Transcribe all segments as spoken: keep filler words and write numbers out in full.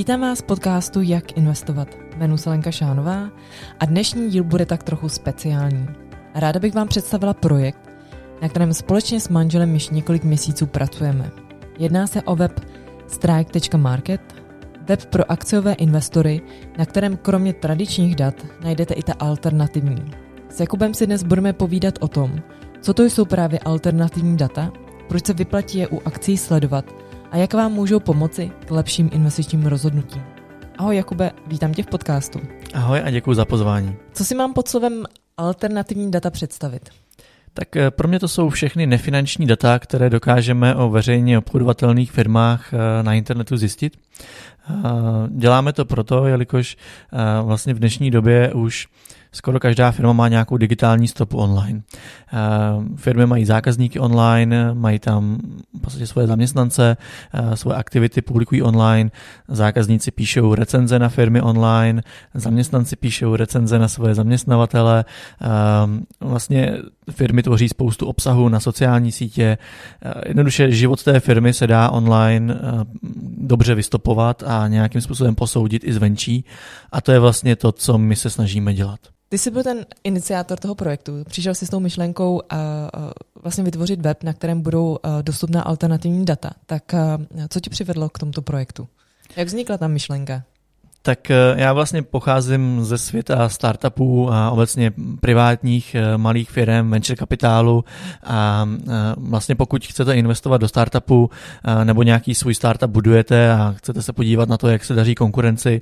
Vítám vás z podcastu Jak investovat. Jmenuji se Lenka Šánová a dnešní díl bude tak trochu speciální. Ráda bych vám představila projekt, na kterém společně s manželem již několik měsíců pracujeme. Jedná se o web strike tečka market, web pro akciové investory, na kterém kromě tradičních dat najdete i ta alternativní. S Jakubem si dnes budeme povídat o tom, co to jsou právě alternativní data, proč se vyplatí je u akcí sledovat a jak vám můžou pomoci k lepším investičním rozhodnutím. Ahoj Jakube, vítám tě v podcastu. Ahoj a děkuji za pozvání. Co si mám pod slovem alternativní data představit? Tak pro mě to jsou všechny nefinanční data, které dokážeme o veřejně obchodovatelných firmách na internetu zjistit. Děláme to proto, jelikož vlastně v dnešní době už skoro každá firma má nějakou digitální stopu online. Firmy mají zákazníky online, mají tam v podstatě svoje zaměstnance, svoje aktivity publikují online, zákazníci píšou recenze na firmy online, zaměstnanci píšou recenze na svoje zaměstnavatele, vlastně firmy tvoří spoustu obsahu na sociální sítě. Jednoduše život té firmy se dá online dobře vystopovat a nějakým způsobem posoudit i zvenčí a to je vlastně to, co my se snažíme dělat. Ty jsi byl ten iniciátor toho projektu. Přišel jsi s tou myšlenkou a, a vlastně vytvořit web, na kterém budou a, dostupná alternativní data. Tak a, co tě přivedlo k tomuto projektu? Jak vznikla ta myšlenka? Tak já vlastně pocházím ze světa startupů a obecně privátních malých firm, venture kapitálu a vlastně pokud chcete investovat do startupu nebo nějaký svůj startup budujete a chcete se podívat na to, jak se daří konkurenci,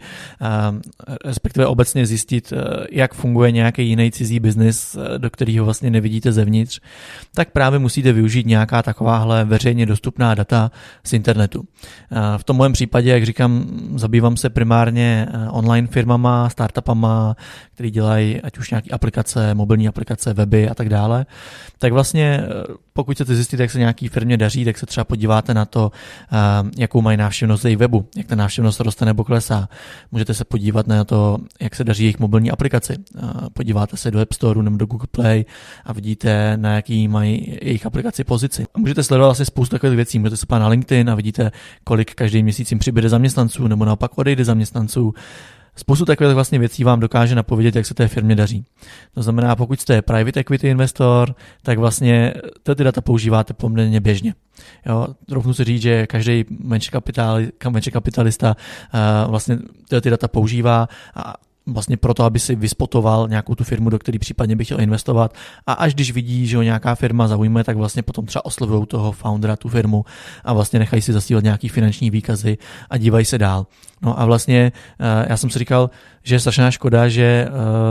respektive obecně zjistit, jak funguje nějaký jiný cizí biznis, do kterého vlastně nevidíte zevnitř, tak právě musíte využít nějaká takováhle veřejně dostupná data z internetu. V tom mém případě, jak říkám, zabývám se primárně online firmama, startupama, který dělají ať už nějaké aplikace, mobilní aplikace, weby a tak dále. Tak vlastně pokud chcete zjistit, jak se nějaký firmě daří, tak se třeba podíváte na to, jakou mají návštěvnost jejich webu, jak ta návštěvnost roste nebo klesá. Můžete se podívat na to, jak se daří jejich mobilní aplikaci. Podíváte se do App Store nebo do Google Play a vidíte, na jaký mají jejich aplikaci pozici. A můžete sledovat asi spoustu takových věcí. Můžete se podívat na LinkedIn a vidíte, kolik každý měsíc jim přibude zaměstnanců nebo naopak odejde zaměstnanců. Spoustu takových vlastně věcí vám dokáže napovědět, jak se té firmě daří. To znamená, pokud jste private equity investor, tak vlastně ty data používáte poměrně běžně. Jo, rovnou si říct, že každý venture, kapitali, venture kapitalista uh, vlastně ty data používá a vlastně proto, aby si vyspotoval nějakou tu firmu, do které případně by chtěl investovat a až když vidí, že ho nějaká firma zaujme, tak vlastně potom třeba oslovují toho foundera, tu firmu a vlastně nechají si zasílat nějaký finanční výkazy a dívají se dál. No a vlastně já jsem si říkal, že je strašná škoda, že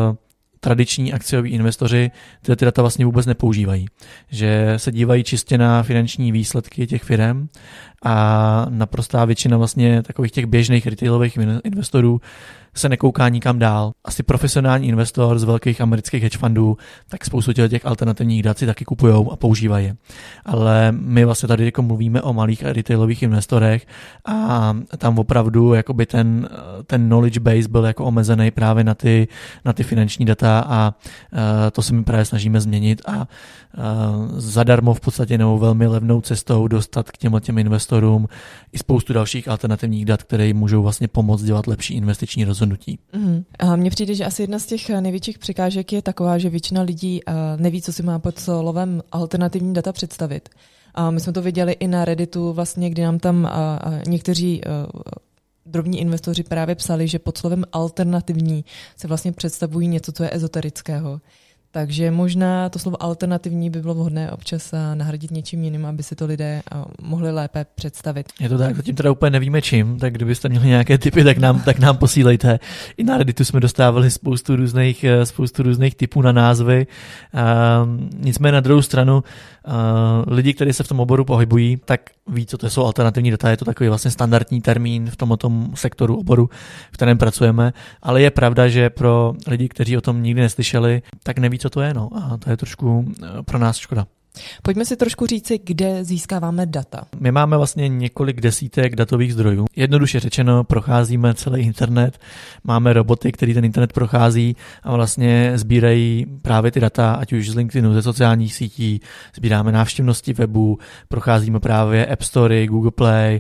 tradiční akcioví investoři ty, ty data vlastně vůbec nepoužívají. Že se dívají čistě na finanční výsledky těch firem a naprostá většina vlastně takových těch běžných retailových investorů se nekouká nikam dál. Asi profesionální investor z velkých amerických hedge fundů, tak spoustu těch alternativních dat si taky kupujou a používají je. Ale my vlastně tady jako mluvíme o malých retailových investorech a tam opravdu jakoby ten, ten knowledge base byl jako omezený právě na ty, na ty finanční data a uh, to se my právě snažíme změnit a uh, zadarmo v podstatě nebo velmi levnou cestou dostat k těmhle těm investorům i spoustu dalších alternativních dat, které jim můžou vlastně pomoct dělat lepší investiční rozhodnutí. Mm. A mně přijde, že asi jedna z těch největších překážek je taková, že většina lidí neví, co si má pod slovem alternativní data představit. A my jsme to viděli i na Redditu, vlastně, kdy nám tam někteří drobní investoři právě psali, že pod slovem alternativní se vlastně představují něco, co je ezoterického. Takže možná to slovo alternativní by bylo vhodné občas nahradit něčím jiným, aby si to lidé mohli lépe představit. Je to tak, zatím teda úplně nevíme čím, tak kdybyste měli nějaké tipy, tak nám, tak nám posílejte. I na Redditu jsme dostávali spoustu různých, spoustu různých tipů na názvy. Um, nicméně na druhou stranu uh, lidi, kteří se v tom oboru pohybují, tak ví, co to jsou alternativní data, je to takový vlastně standardní termín v tomto sektoru oboru, v kterém pracujeme, ale je pravda, že pro lidi, kteří o tom nikdy neslyšeli, tak neví, co to je, no a to je trošku pro nás škoda. Pojďme si trošku říci, kde získáváme data. My máme vlastně několik desítek datových zdrojů. Jednoduše řečeno, procházíme celý internet, máme roboty, který ten internet prochází a vlastně sbírají právě ty data, ať už z LinkedInu, ze sociálních sítí, sbíráme návštěvnosti webu, procházíme právě App Store, Google Play,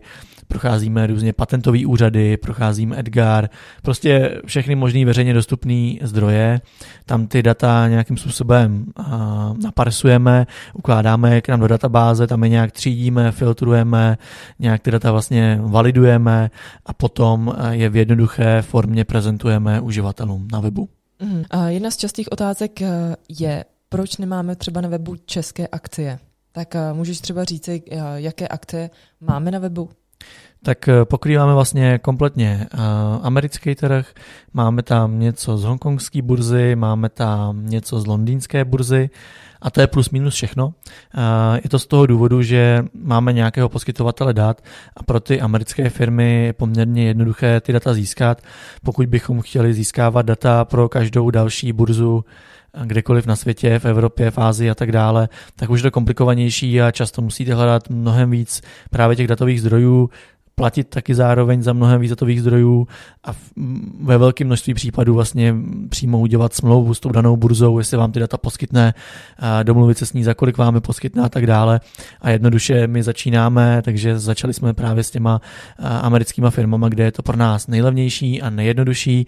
procházíme různě patentové úřady, procházíme Edgar, prostě všechny možný veřejně dostupné zdroje. Tam ty data nějakým způsobem uh, naparsujeme, ukládáme k nám do databáze, tam je nějak třídíme, filtrujeme, nějak ty data vlastně validujeme a potom je v jednoduché formě prezentujeme uživatelům na webu. Mm. A jedna z častých otázek je, proč nemáme třeba na webu české akcie? Tak můžeš třeba říct, jaké akcie máme na webu? Tak pokrýváme vlastně kompletně uh, americký trh, máme tam něco z hongkongské burzy, máme tam něco z londýnské burzy a to je plus minus všechno. Uh, je to z toho důvodu, že máme nějakého poskytovatele dat a pro ty americké firmy je poměrně jednoduché ty data získat. Pokud bychom chtěli získávat data pro každou další burzu kdekoliv na světě, v Evropě, v Ázii a tak dále, tak už je to komplikovanější a často musíte hledat mnohem víc právě těch datových zdrojů, platit taky zároveň za mnohem víc datových zdrojů a ve velkém množství případů vlastně přímo udělat smlouvu s tou danou burzou, jestli vám ty data poskytne, domluvit se s ní, za kolik vám je poskytne a tak dále. A jednoduše my začínáme, takže začali jsme právě s těma americkýma firmama, kde je to pro nás nejlevnější a nejjednodušší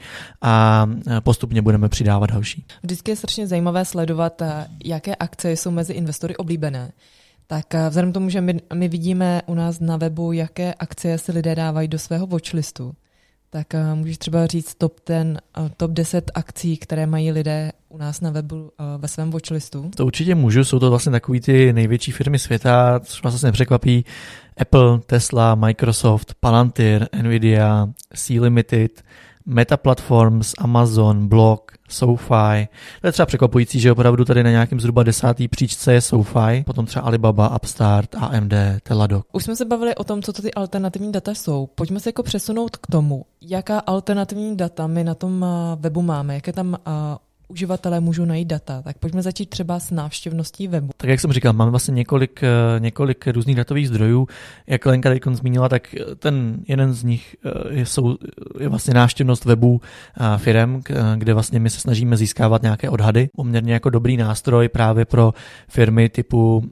a postupně budeme přidávat další. Vždycky je strašně zajímavé sledovat, jaké akcie jsou mezi investory oblíbené. Tak vzhledem k tomu, že my, my vidíme u nás na webu, jaké akcie si lidé dávají do svého watchlistu, tak uh, můžeš třeba říct top ten, uh, top deset akcí, které mají lidé u nás na webu uh, ve svém watchlistu? To určitě můžu, jsou to vlastně takový ty největší firmy světa, což vás vlastně nepřekvapí. Apple, Tesla, Microsoft, Palantir, Nvidia, C-Limited, Meta Platforms, Amazon, Block, SoFi. To je třeba překvapující, že opravdu tady na nějakém zhruba desátý příčce je SoFi, potom třeba Alibaba, Upstart, A M D, Teladoc. Už jsme se bavili o tom, co to ty alternativní data jsou. Pojďme se jako přesunout k tomu, jaká alternativní data my na tom webu máme, jaké tam uh, uživatelé můžou najít data. Tak pojďme začít třeba s návštěvností webu. Tak jak jsem říkal, máme vlastně několik, několik různých datových zdrojů. Jak Lenka teď zmínila, tak ten jeden z nich je, jsou, je vlastně návštěvnost webů firem, kde vlastně my se snažíme získávat nějaké odhady. Poměrně jako dobrý nástroj právě pro firmy typu,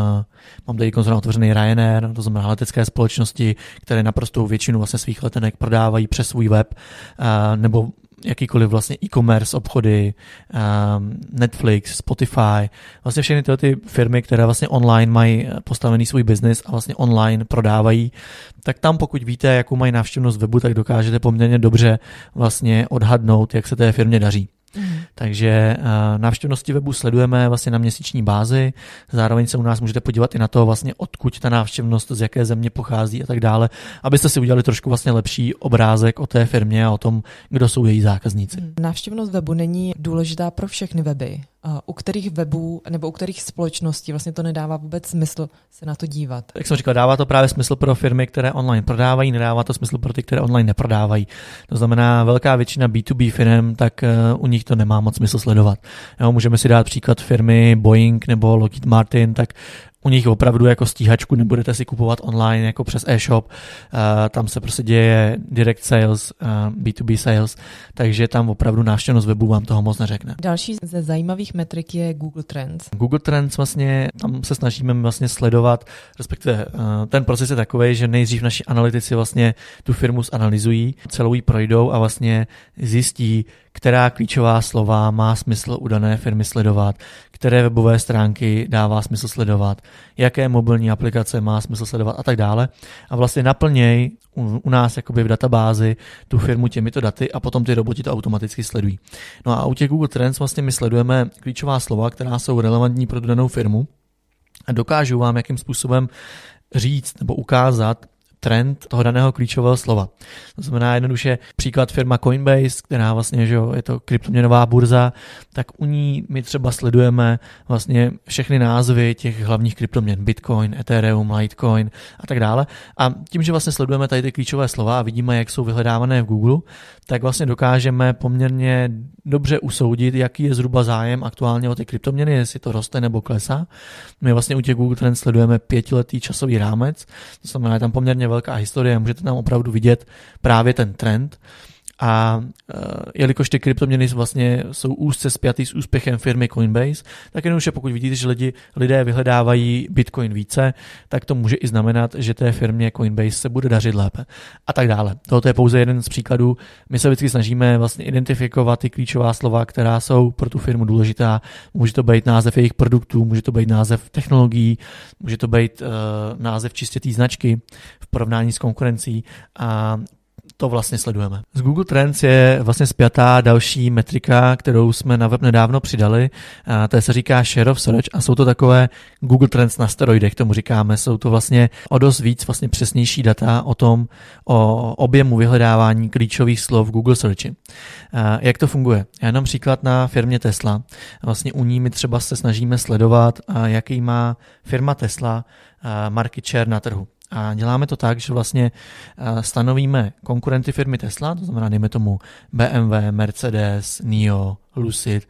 mám tady konzolně otevřený Ryanair, to znamená letecké společnosti, které naprostou většinu vlastně svých letenek prodávají přes svůj web, nebo jakýkoliv vlastně e-commerce obchody, um, Netflix, Spotify, vlastně všechny tyhle ty firmy, které vlastně online mají postavený svůj biznis a vlastně online prodávají, tak tam pokud víte, jakou mají návštěvnost webu, tak dokážete poměrně dobře vlastně odhadnout, jak se té firmě daří. Mm. Takže uh, návštěvnosti webu sledujeme vlastně na měsíční bázi, zároveň se u nás můžete podívat i na to, vlastně odkud ta návštěvnost, z jaké země pochází a tak dále, abyste si udělali trošku vlastně lepší obrázek o té firmě a o tom, kdo jsou její zákazníci. Mm. Návštěvnost webu není důležitá pro všechny weby. U kterých webů nebo u kterých společností vlastně to nedává vůbec smysl se na to dívat? Jak jsem říkal, dává to právě smysl pro firmy, které online prodávají, nedává to smysl pro ty, které online neprodávají. To znamená, velká většina B dva B firm, tak u nich to nemá moc smysl sledovat. Jo, můžeme si dát příklad firmy Boeing nebo Lockheed Martin, tak u nich opravdu jako stíhačku nebudete si kupovat online jako přes e-shop, uh, tam se prostě děje direct sales, uh, B dva B sales, takže tam opravdu návštěvnost webu vám toho moc neřekne. Další ze zajímavých metrik je Google Trends. Google Trends vlastně, tam se snažíme vlastně sledovat, respektive uh, ten proces je takový, že nejdřív naši analytici vlastně tu firmu zanalyzují, celou ji projdou a vlastně zjistí, která klíčová slova má smysl u dané firmy sledovat, které webové stránky dává smysl sledovat, jaké mobilní aplikace má smysl sledovat a tak dále. A vlastně naplněj u, u nás jakoby v databázi tu firmu těmito daty a potom ty roboti to automaticky sledují. No a u těch Google Trends vlastně my sledujeme klíčová slova, která jsou relevantní pro danou firmu a dokážou vám jakým způsobem říct nebo ukázat trend toho daného klíčového slova. To znamená jednoduše příklad firma Coinbase, která vlastně, že jo, je to kryptoměnová burza, tak u ní my třeba sledujeme vlastně všechny názvy těch hlavních kryptoměn, Bitcoin, Ethereum, Litecoin a tak dále. A tím, že vlastně sledujeme tady ty klíčové slova a vidíme, jak jsou vyhledávané v Google, tak vlastně dokážeme poměrně dobře usoudit, jaký je zhruba zájem aktuálně o ty kryptoměny, jestli to roste nebo klesá. My vlastně u těch Google Trends sledujeme pětiletý časový rámec, to znamená, je tam poměrně velká historie, můžete tam opravdu vidět právě ten trend A uh, jelikož ty kryptoměny vlastně jsou úzce spjatý s úspěchem firmy Coinbase, tak jednoduše pokud vidíte, že lidi, lidé vyhledávají Bitcoin více, tak to může i znamenat, že té firmě Coinbase se bude dařit lépe a tak dále. Toto je pouze jeden z příkladů. My se vždycky snažíme vlastně identifikovat ty klíčová slova, která jsou pro tu firmu důležitá. Může to být název jejich produktů, může to být název technologií, může to být uh, název čistě té značky v porovnání s konkurencí a to vlastně sledujeme. Z Google Trends je vlastně spjatá další metrika, kterou jsme na web nedávno přidali. A to se říká Share of Search a jsou to takové Google Trends na steroidech, tomu říkáme. Jsou to vlastně o dost víc vlastně přesnější data o tom, o objemu vyhledávání klíčových slov v Google Searchi. A jak to funguje? Já jenom příklad na firmě Tesla. Vlastně u ní my třeba se snažíme sledovat, jaký má firma Tesla market share na trhu. A děláme to tak, že vlastně stanovíme konkurenty firmy Tesla, to znamená, dejme tomu bé em vé, Mercedes, N I O, Lucid.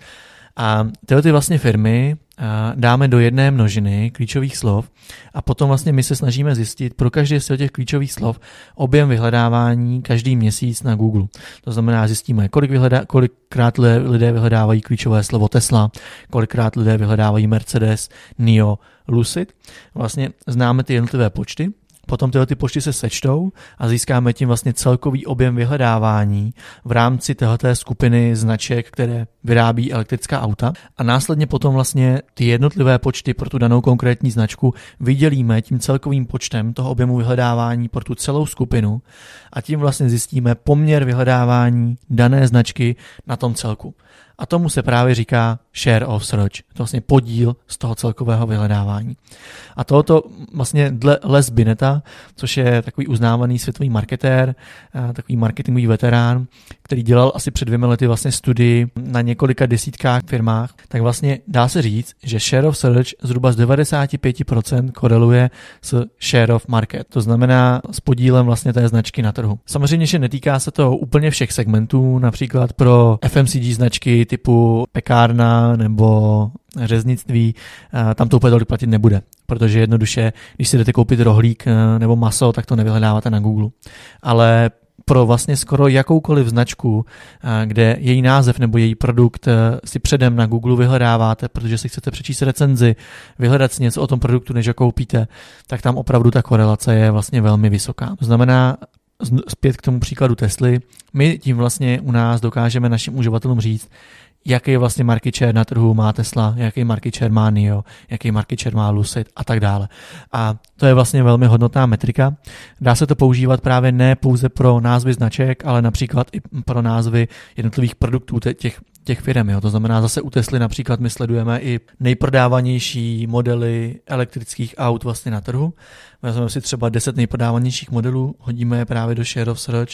A tyhle ty vlastně firmy dáme do jedné množiny klíčových slov a potom vlastně my se snažíme zjistit pro každé z těch klíčových slov objem vyhledávání každý měsíc na Google. To znamená, zjistíme, kolik vyhledá, kolikrát lidé vyhledávají klíčové slovo Tesla, kolikrát lidé vyhledávají Mercedes, N I O, Lucid. Vlastně známe ty jednotlivé počty. Potom tyhle ty počty se sečtou a získáme tím vlastně celkový objem vyhledávání v rámci téhleté skupiny značek, které vyrábí elektrická auta. A následně potom vlastně ty jednotlivé počty pro tu danou konkrétní značku vydělíme tím celkovým počtem toho objemu vyhledávání pro tu celou skupinu a tím vlastně zjistíme poměr vyhledávání dané značky na tom celku. A tomu se právě říká share of search, to vlastně podíl z toho celkového vyhledávání. A tohoto vlastně dle Les Bineta, což je takový uznávaný světový marketér, takový marketingový veterán, který dělal asi před dvěma lety vlastně studii na několika desítkách firmách, tak vlastně dá se říct, že share of search zhruba z devadesát pět procent koreluje s share of market, to znamená s podílem vlastně té značky na trhu. Samozřejmě, že netýká se to úplně všech segmentů, například pro F M C G značky typu pekárna nebo řeznictví, tam to úplně tolik platit nebude, protože jednoduše, když si jdete koupit rohlík nebo maso, tak to nevyhledáváte na Google. Ale pro vlastně skoro jakoukoliv značku, kde její název nebo její produkt si předem na Google vyhledáváte, protože si chcete přečíst recenzi, vyhledat si něco o tom produktu, než ho koupíte, tak tam opravdu ta korelace je vlastně velmi vysoká. To znamená, zpět k tomu příkladu Tesly, my tím vlastně u nás dokážeme našim uživatelům říct, jaký vlastně market share na trhu má Tesla, jaký market share má N I O, jaký market share má Lucid a tak dále. A to je vlastně velmi hodnotná metrika. Dá se to používat právě ne pouze pro názvy značek, ale například i pro názvy jednotlivých produktů těch, těch firm. Jo. To znamená, zase u Tesly například my sledujeme i nejprodávanější modely elektrických aut vlastně na trhu. Vezmeme si třeba deset nejprodávanějších modelů, hodíme je právě do Share of Search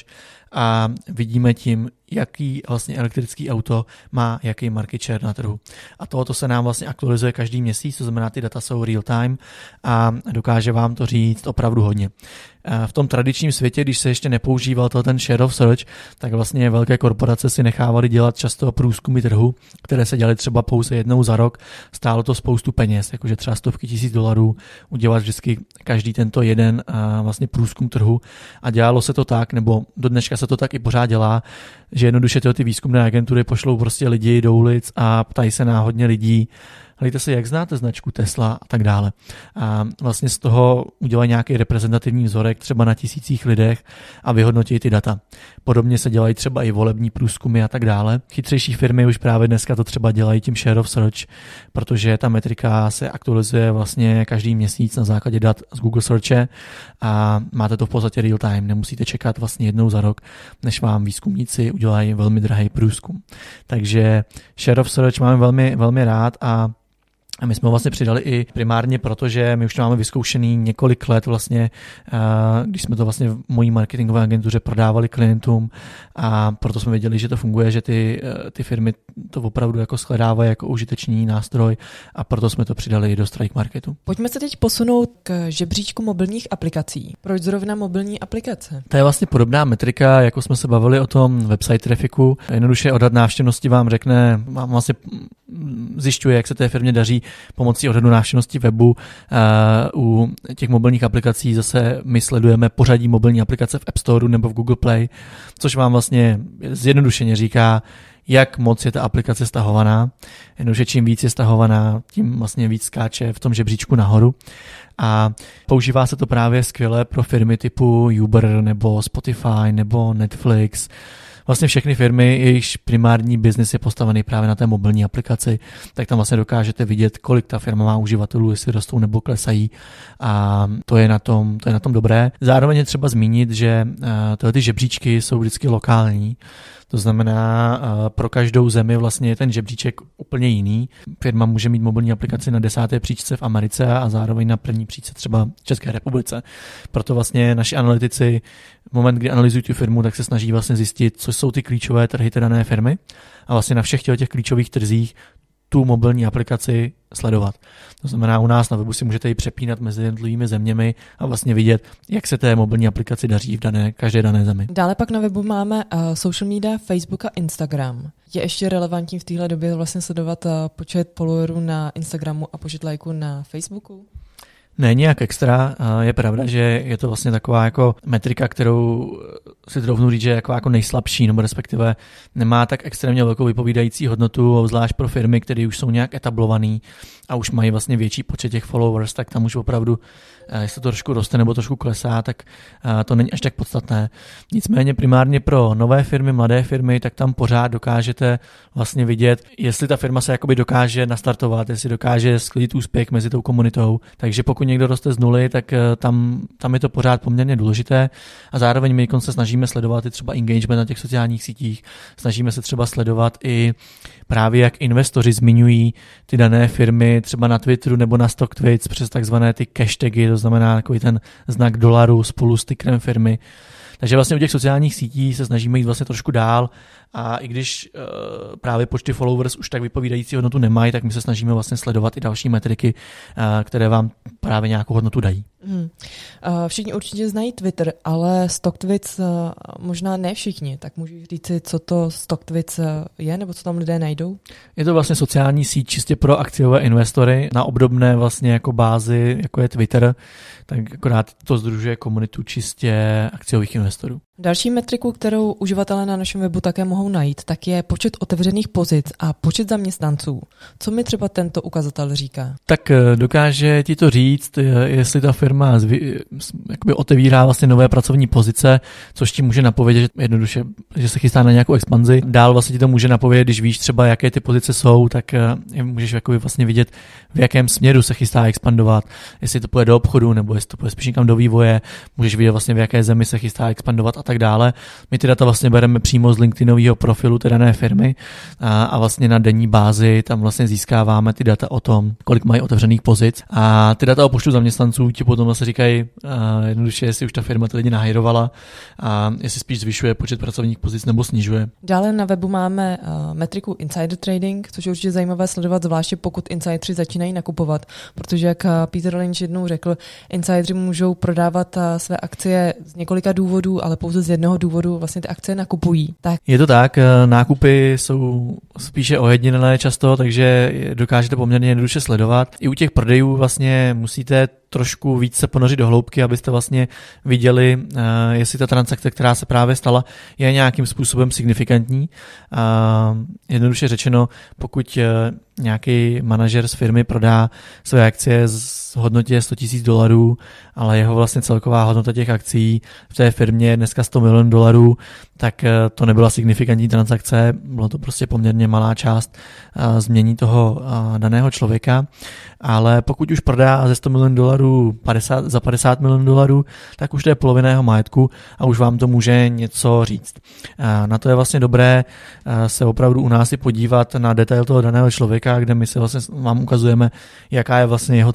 a vidíme tím, jaký vlastně elektrický auto má jaký market share na trhu. A tohoto se nám vlastně aktualizuje každý měsíc, to znamená, ty data jsou real time a dokáže vám to říct opravdu hodně. V tom tradičním světě, když se ještě nepoužíval to ten share of search, tak vlastně velké korporace si nechávaly dělat často průzkumy trhu, které se dělaly třeba pouze jednou za rok. Stálo to spoustu peněz, jakože třeba stovky tisíc dolarů udělat vždycky každý tento jeden vlastně průzkum trhu. A dělalo se to tak, nebo do dneška se to tak i pořád dělá, že jednoduše ty výzkumné agentury pošlou prostě lidi do ulic a ptají se náhodně lidí, hledejte se, jak znáte značku Tesla a tak dále. A vlastně z toho udělají nějaký reprezentativní vzorek třeba na tisících lidech a vyhodnotí ty data. Podobně se dělají třeba i volební průzkumy a tak dále. Chytřejší firmy už právě dneska to třeba dělají tím share of search, protože ta metrika se aktualizuje vlastně každý měsíc na základě dat z Google Searche a máte to v podstatě real time. Nemusíte čekat vlastně jednou za rok, než vám výzkumníci udělají velmi drahý průzkum. Takže share of search máme velmi, velmi rád a A my jsme ho vlastně přidali i primárně proto, že my už to máme vyzkoušený několik let vlastně, když jsme to vlastně v mojí marketingové agentuře prodávali klientům a proto jsme věděli, že to funguje, že ty, ty firmy to opravdu jako shledávají jako užitečný nástroj a proto jsme to přidali i do Strike Marketu. Pojďme se teď posunout k žebříčku mobilních aplikací. Proč zrovna mobilní aplikace? To je vlastně podobná metrika, jako jsme se bavili o tom website trafficu. Jednoduše odhad návštěvnosti vám řekne, vám vlastně zjišťuje, jak se té firmě daří pomocí odhadu návštěvnosti webu. U těch mobilních aplikací zase my sledujeme pořadí mobilní aplikace v App Store nebo v Google Play, což vám vlastně zjednodušeně říká, jak moc je ta aplikace stahovaná. Jednoduše čím víc je stahovaná, tím vlastně víc skáče v tom žebříčku nahoru. A používá se to právě skvěle pro firmy typu Uber nebo Spotify nebo Netflix. Vlastně všechny firmy, jejichž primární biznis je postavený právě na té mobilní aplikaci, tak tam vlastně dokážete vidět, kolik ta firma má uživatelů, jestli rostou nebo klesají, a to je na tom, to je na tom dobré. Zároveň je třeba zmínit, že tyhle ty žebříčky jsou vždycky lokální. To znamená, pro každou zemi vlastně je ten žebříček úplně jiný. Firma může mít mobilní aplikaci na desáté příčce v Americe a zároveň na první příčce třeba v České republice. Proto vlastně naši analytici v moment, kdy analyzují tu firmu, tak se snaží vlastně zjistit, co jsou ty klíčové trhy té dané firmy a vlastně na všech těch klíčových trzích tu mobilní aplikaci sledovat. To znamená, u nás na webu si můžete ji přepínat mezi jednotlivými zeměmi a vlastně vidět, jak se té mobilní aplikaci daří v dané, každé dané zemi. Dále pak na webu máme uh, social media, Facebook a Instagram. Je ještě relevantní v téhle době vlastně sledovat uh, počet followerů na Instagramu a počet lajků na Facebooku? Ne, nějak extra. Je pravda, že je to vlastně taková jako metrika, kterou si troufnu říct, že je jako nejslabší, nebo respektive nemá tak extrémně velkou vypovídající hodnotu, zvlášť pro firmy, které už jsou nějak etablovaný a už mají vlastně větší počet těch followers, tak tam už opravdu, jestli to trošku roste nebo trošku klesá, tak to není až tak podstatné. Nicméně primárně pro nové firmy, mladé firmy, tak tam pořád dokážete vlastně vidět, jestli ta firma se jakoby dokáže nastartovat, jestli dokáže sklidit úspěch mezi tou komunitou. Takže pokud někdo roste z nuly, tak tam, tam je to pořád poměrně důležité a zároveň my se snažíme sledovat i třeba engagement na těch sociálních sítích, snažíme se třeba sledovat i právě jak investoři zmiňují ty dané firmy třeba na Twitteru nebo na StockTwits přes takzvané ty hashtagy, to znamená takový ten znak dolaru spolu s tickerem firmy. Takže vlastně u těch sociálních sítí se snažíme jít vlastně trošku dál a i když uh, právě počty followers už tak vypovídající hodnotu nemají, tak my se snažíme vlastně sledovat i další metriky, uh, které vám právě nějakou hodnotu dají. Hmm. Uh, všichni určitě znají Twitter, ale StockTwits uh, možná ne všichni, tak můžu říct si, co to StockTwits uh, je, nebo co tam lidé najdou? Je to vlastně sociální síť čistě pro akciové investory na obdobné vlastně jako bázi, jako je Twitter, tak akorát to sdružuje komunitu čistě akciových investorů. Další metriku, kterou uživatelé na našem webu také mohou najít, tak je počet otevřených pozic a počet zaměstnanců. Co mi třeba tento ukazatel říká? Tak dokáže ti to říct, jestli ta firma zvy, jakoby otevírá vlastně nové pracovní pozice, což ti může napovědět, že jednoduše, že se chystá na nějakou expanzi. Dál vlastně ti to může napovědět, když víš třeba, jaké ty pozice jsou, tak můžeš jakoby vlastně vidět, v jakém směru se chystá expandovat, jestli to půjde do obchodu nebo jestli to půjde spíš někam do vývoje, můžeš vidět vlastně, v jaké zemi se chystá expandovat a tak dále. My ty data vlastně bereme přímo z LinkedInového profilu té dané firmy a, a vlastně na denní bázi tam vlastně získáváme ty data o tom, kolik mají otevřených pozic. A ty data o počtu zaměstnanců ti potom zase říkají uh, jednoduše, jestli už ta firma ty lidi nahajrovala a jestli spíš zvyšuje počet pracovních pozic nebo snižuje. Dále na webu máme uh, metriku insider trading, což je určitě zajímavé sledovat, zvláště pokud insideri začínají nakupovat, protože jak Peter Lynch jednou řekl, insideri můžou prodávat uh, své akcie z několika důvodů, ale pouze z jednoho důvodu vlastně ty akcie nakupují. Tak. Je to tak, nákupy jsou spíše ojedinělé často, takže dokážete poměrně jednoduše sledovat. I u těch prodejů vlastně musíte trošku víc se ponořit do hloubky, abyste vlastně viděli, uh, jestli ta transakce, která se právě stala, je nějakým způsobem signifikantní. Uh, jednoduše řečeno, pokud uh, nějaký manažer z firmy prodá své akcie z hodnotě sto tisíc dolarů, ale jeho vlastně celková hodnota těch akcí v té firmě je dneska sto milionů dolarů, tak uh, to nebyla signifikantní transakce, bylo to prostě poměrně malá část uh, změní toho uh, daného člověka, ale pokud už prodá ze sto milionů dolarů padesát, za padesát milionů dolarů, tak už to je polovina jeho majetku a už vám to může něco říct. Na to je vlastně dobré se opravdu u nás i podívat na detail toho daného člověka, kde my se vlastně vám ukazujeme, jaká je vlastně jeho celková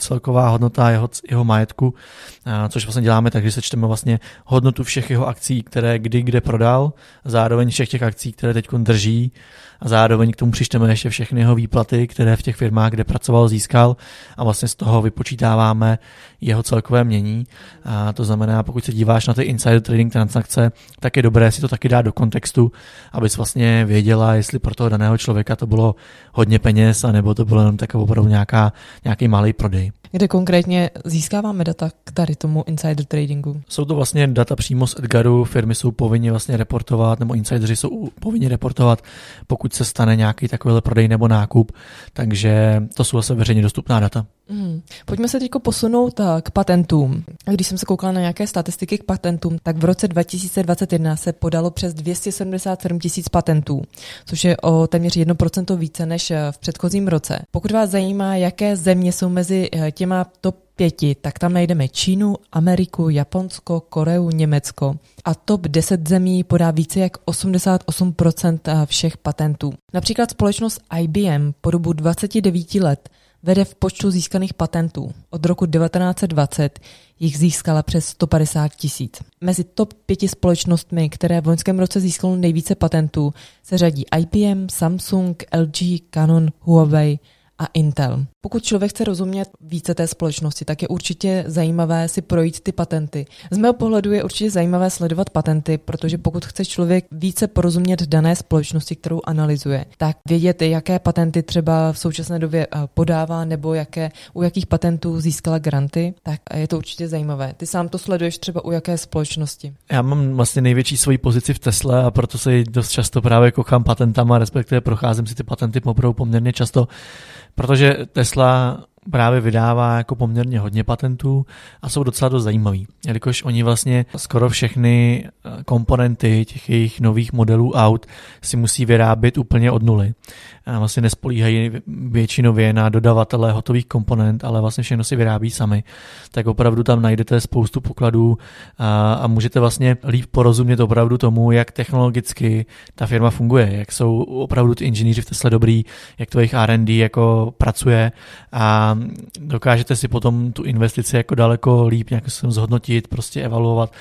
hodnota jeho, jeho majetku, což vlastně děláme tak, že sečteme vlastně hodnotu všech jeho akcí, které kdy kde prodal, zároveň všech těch akcí, které teď drží a zároveň k tomu přičteme ještě všechny jeho výplaty, které v těch firmách, kde pracoval, získal a vlastně z toho vypočítáváme jeho celkové mění. A to znamená, pokud se díváš na ty insider trading transakce, tak je dobré si to taky dát do kontextu, abys vlastně věděla, jestli pro toho daného člověka to bylo hodně peněz, anebo to bylo jenom tak opravdu nějaká, nějaký malý prodej. Kde konkrétně získáváme data k tady tomu insider tradingu? Jsou to vlastně data přímo z Edgaru, firmy jsou povinni vlastně reportovat, nebo insideři jsou povinni reportovat, pokud se stane nějaký takovýhle prodej nebo nákup, takže to jsou zase veřejně dostupná data. Hmm. Pojďme se teď posunout k patentům. Když jsem se koukala na nějaké statistiky k patentům, tak v roce dva tisíce dvacet jedna se podalo přes dvě stě sedmdesát sedm tisíc patentů, což je o téměř jedno procento více než v předchozím roce. Pokud vás zajímá, jaké země jsou mezi těma top pěti, tak tam najdeme Čínu, Ameriku, Japonsko, Koreu, Německo. A top deset zemí podá více jak osmdesát osm procent všech patentů. Například společnost I B M po dobu dvacet devět let vede v počtu získaných patentů. Od roku devatenáct set dvacet jich získala přes sto padesát tisíc. Mezi top pěti společnostmi, které v loňském roce získalo nejvíce patentů, se řadí I B M, Samsung, L G, Canon, Huawei a Intel. Pokud člověk chce rozumět více té společnosti, tak je určitě zajímavé si projít ty patenty. Z mého pohledu je určitě zajímavé sledovat patenty, protože pokud chce člověk více porozumět dané společnosti, kterou analyzuje, tak vědět, jaké patenty třeba v současné době podává nebo jaké, u jakých patentů získala granty, tak je to určitě zajímavé. Ty sám to sleduješ třeba u jaké společnosti? Já mám vlastně největší svoji pozici v Tesle a proto se dost často právě kochám patentama, respektive procházím si ty patenty opravdu poměrně často, protože Tesla právě vydává jako poměrně hodně patentů a jsou docela dost zajímavý, jelikož oni vlastně skoro všechny komponenty těch jejich nových modelů aut si musí vyrábět úplně od nuly. A vlastně nespolíhají většinově na dodavatele hotových komponent, ale vlastně všechno si vyrábí sami. Tak opravdu tam najdete spoustu pokladů a, a můžete vlastně líp porozumět opravdu tomu, jak technologicky ta firma funguje, jak jsou opravdu ty inženýři v Tesle dobrý, jak to jejich R and D jako pracuje a dokážete si potom tu investici jako daleko líp nějak se zhodnotit, prostě evaluovat,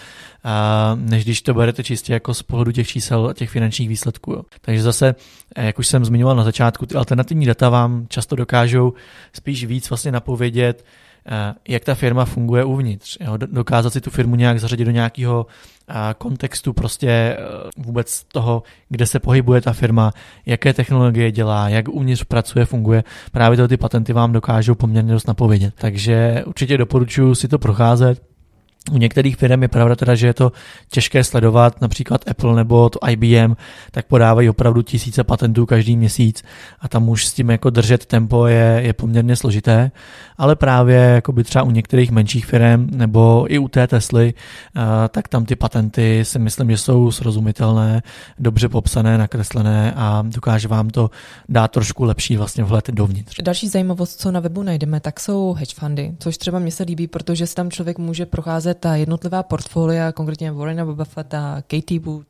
a než když to berete čistě jako z pohledu těch čísel a těch finančních výsledků. Jo. Takže zase, jak už jsem zmiňoval na začátku, ty alternativní data vám často dokážou spíš víc vlastně napovědět, jak ta firma funguje uvnitř. Jo. Dokázat si tu firmu nějak zařadit do nějakého kontextu prostě vůbec toho, kde se pohybuje ta firma, jaké technologie dělá, jak uvnitř pracuje, funguje. Právě tyhle ty patenty vám dokážou poměrně dost napovědět. Takže určitě doporučuji si to procházet. U některých firm je pravda teda, že je to těžké sledovat, například Apple nebo to I B M, tak podávají opravdu tisíce patentů každý měsíc a tam už s tím jako držet tempo je, je poměrně složité, ale právě jako by třeba u některých menších firm nebo i u té Tesly, tak tam ty patenty si myslím, že jsou srozumitelné, dobře popsané, nakreslené a dokáže vám to dát trošku lepší vlastně vhled dovnitř. Další zajímavost, co na webu najdeme, tak jsou hedge fundy, což třeba mně se líbí, protože si tam člověk může procházet ta jednotlivá portfolia, konkrétně Warrena Buffetta, Katie Wood,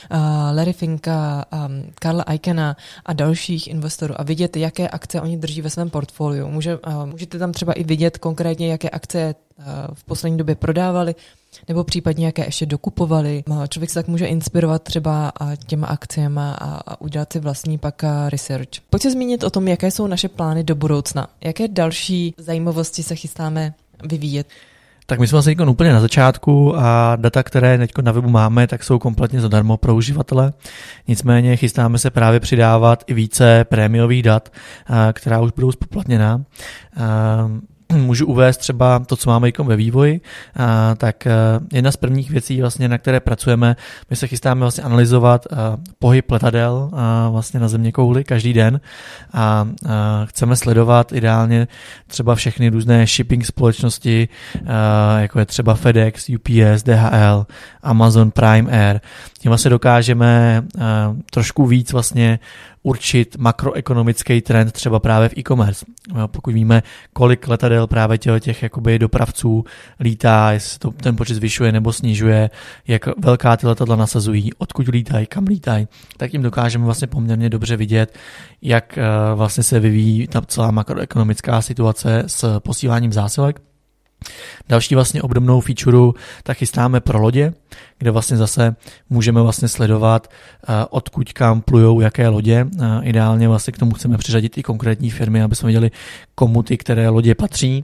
Larry Finka, Karla Ikena a dalších investorů a vidět, jaké akce oni drží ve svém portfoliu. Může, můžete tam třeba i vidět konkrétně, jaké akce v poslední době prodávali, nebo případně jaké ještě dokupovali. Člověk se tak může inspirovat třeba těma akciema a udělat si vlastní pak research. Pojď se zmínit o tom, jaké jsou naše plány do budoucna. Jaké další zajímavosti se chystáme vyvíjet? Tak my jsme vlastně úplně na začátku a data, které teď na webu máme, tak jsou kompletně zadarmo pro uživatele. Nicméně chystáme se právě přidávat i více prémiových dat, která už budou zpoplatněná. Můžu uvést třeba to, co máme ve vývoji, a, tak a, jedna z prvních věcí, vlastně, na které pracujeme, my se chystáme vlastně analyzovat a, pohyb letadel a, vlastně na zeměkouli každý den a, a chceme sledovat ideálně třeba všechny různé shipping společnosti, a, jako je třeba FedEx, U P S, D H L, Amazon Prime Air. Tím vlastně dokážeme a, trošku víc vlastně určit makroekonomický trend třeba právě v e-commerce. Pokud víme, kolik letadel právě těch, těch jakoby dopravců lítá, jestli to ten počet zvyšuje nebo snižuje, jak velká ty letadla nasazují, odkud lítají, kam lítají, tak tím dokážeme vlastně poměrně dobře vidět, jak vlastně se vyvíjí ta celá makroekonomická situace s posíláním zásilek. Další vlastně obdobnou featureu tak chystáme pro lodě, kde vlastně zase můžeme vlastně sledovat, odkud kam plujou jaké lodě. Ideálně vlastně k tomu chceme přiřadit i konkrétní firmy, aby jsme viděli, komu ty které lodě patří.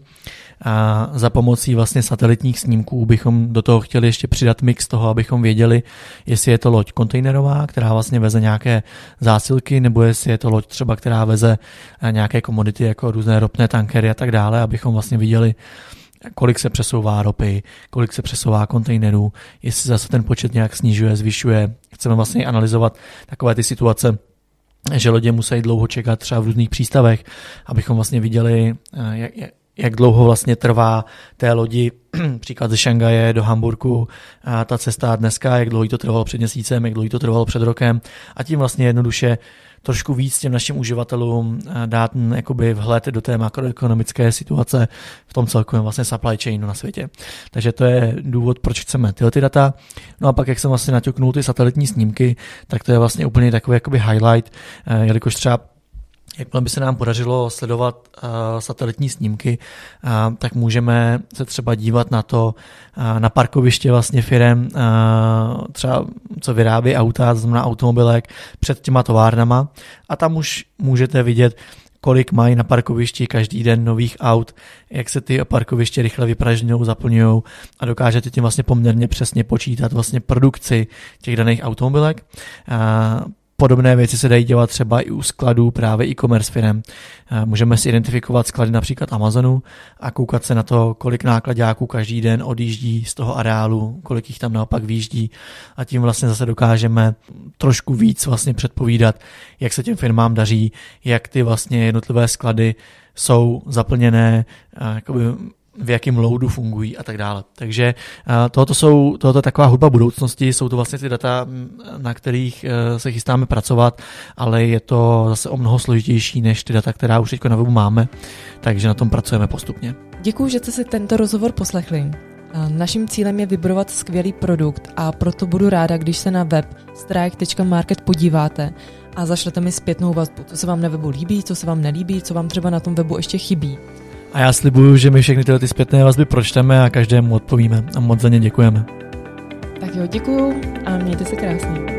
A za pomocí vlastně satelitních snímků bychom do toho chtěli ještě přidat mix toho, abychom věděli, jestli je to loď kontejnerová, která vlastně veze nějaké zásilky, nebo jestli je to loď třeba, která veze nějaké komodity jako různé ropné tankery a tak dále, abychom vlastně viděli, kolik se přesouvá ropy, kolik se přesouvá kontejnerů, jestli zase ten počet nějak snižuje, zvyšuje. Chceme vlastně analyzovat takové ty situace, že lodě musí dlouho čekat třeba v různých přístavech, abychom vlastně viděli, jak, jak dlouho vlastně trvá té lodi, příklad ze Šanghaje do Hamburku, a ta cesta dneska, jak dlouho to trvalo před měsícem, jak dlouho to trvalo před rokem, a tím vlastně jednoduše trošku víc těm našim uživatelům dát jakoby vhled do té makroekonomické situace v tom celkovém vlastně supply chainu na světě. Takže to je důvod, proč chceme tyhle ty data. No a pak, jak jsem vlastně naťuknul ty satelitní snímky, tak to je vlastně úplně takový jakoby highlight, jelikož třeba jakmile by se nám podařilo sledovat uh, satelitní snímky, uh, tak můžeme se třeba dívat na to, uh, na parkoviště vlastně firem, uh, třeba co vyrábí auta, to znamená automobilek, před těma továrnama, a tam už můžete vidět, kolik mají na parkovišti každý den nových aut, jak se ty parkoviště rychle vypražňují, zaplňují, a dokážete tím vlastně poměrně přesně počítat vlastně produkci těch daných automobilek. Uh, Podobné věci se dají dělat třeba i u skladů právě e-commerce firem. Můžeme si identifikovat sklady například Amazonu a koukat se na to, kolik nákladáků každý den odjíždí z toho areálu, kolik jich tam naopak výjíždí, a tím vlastně zase dokážeme trošku víc vlastně předpovídat, jak se těm firmám daří, jak ty vlastně jednotlivé sklady jsou zaplněné, jakoby v jakém loadu fungují a tak dále. Takže tohoto jsou, tohoto je taková hudba budoucnosti, jsou to vlastně ty data, na kterých se chystáme pracovat, ale je to zase o mnoho složitější než ty data, která už teď na webu máme, takže na tom pracujeme postupně. Děkuji, že jste si tento rozhovor poslechli. Naším cílem je vybudovat skvělý produkt, a proto budu ráda, když se na web strike tečka market podíváte a zašlete mi zpětnou vazbu, co se vám na webu líbí, co se vám nelíbí, co vám třeba na tom webu ještě chybí. A já slibuju, že my všechny tyhle ty zpětné vazby pročteme a každému odpovíme. A moc za ně děkujeme. Tak jo, děkuju a mějte se krásně.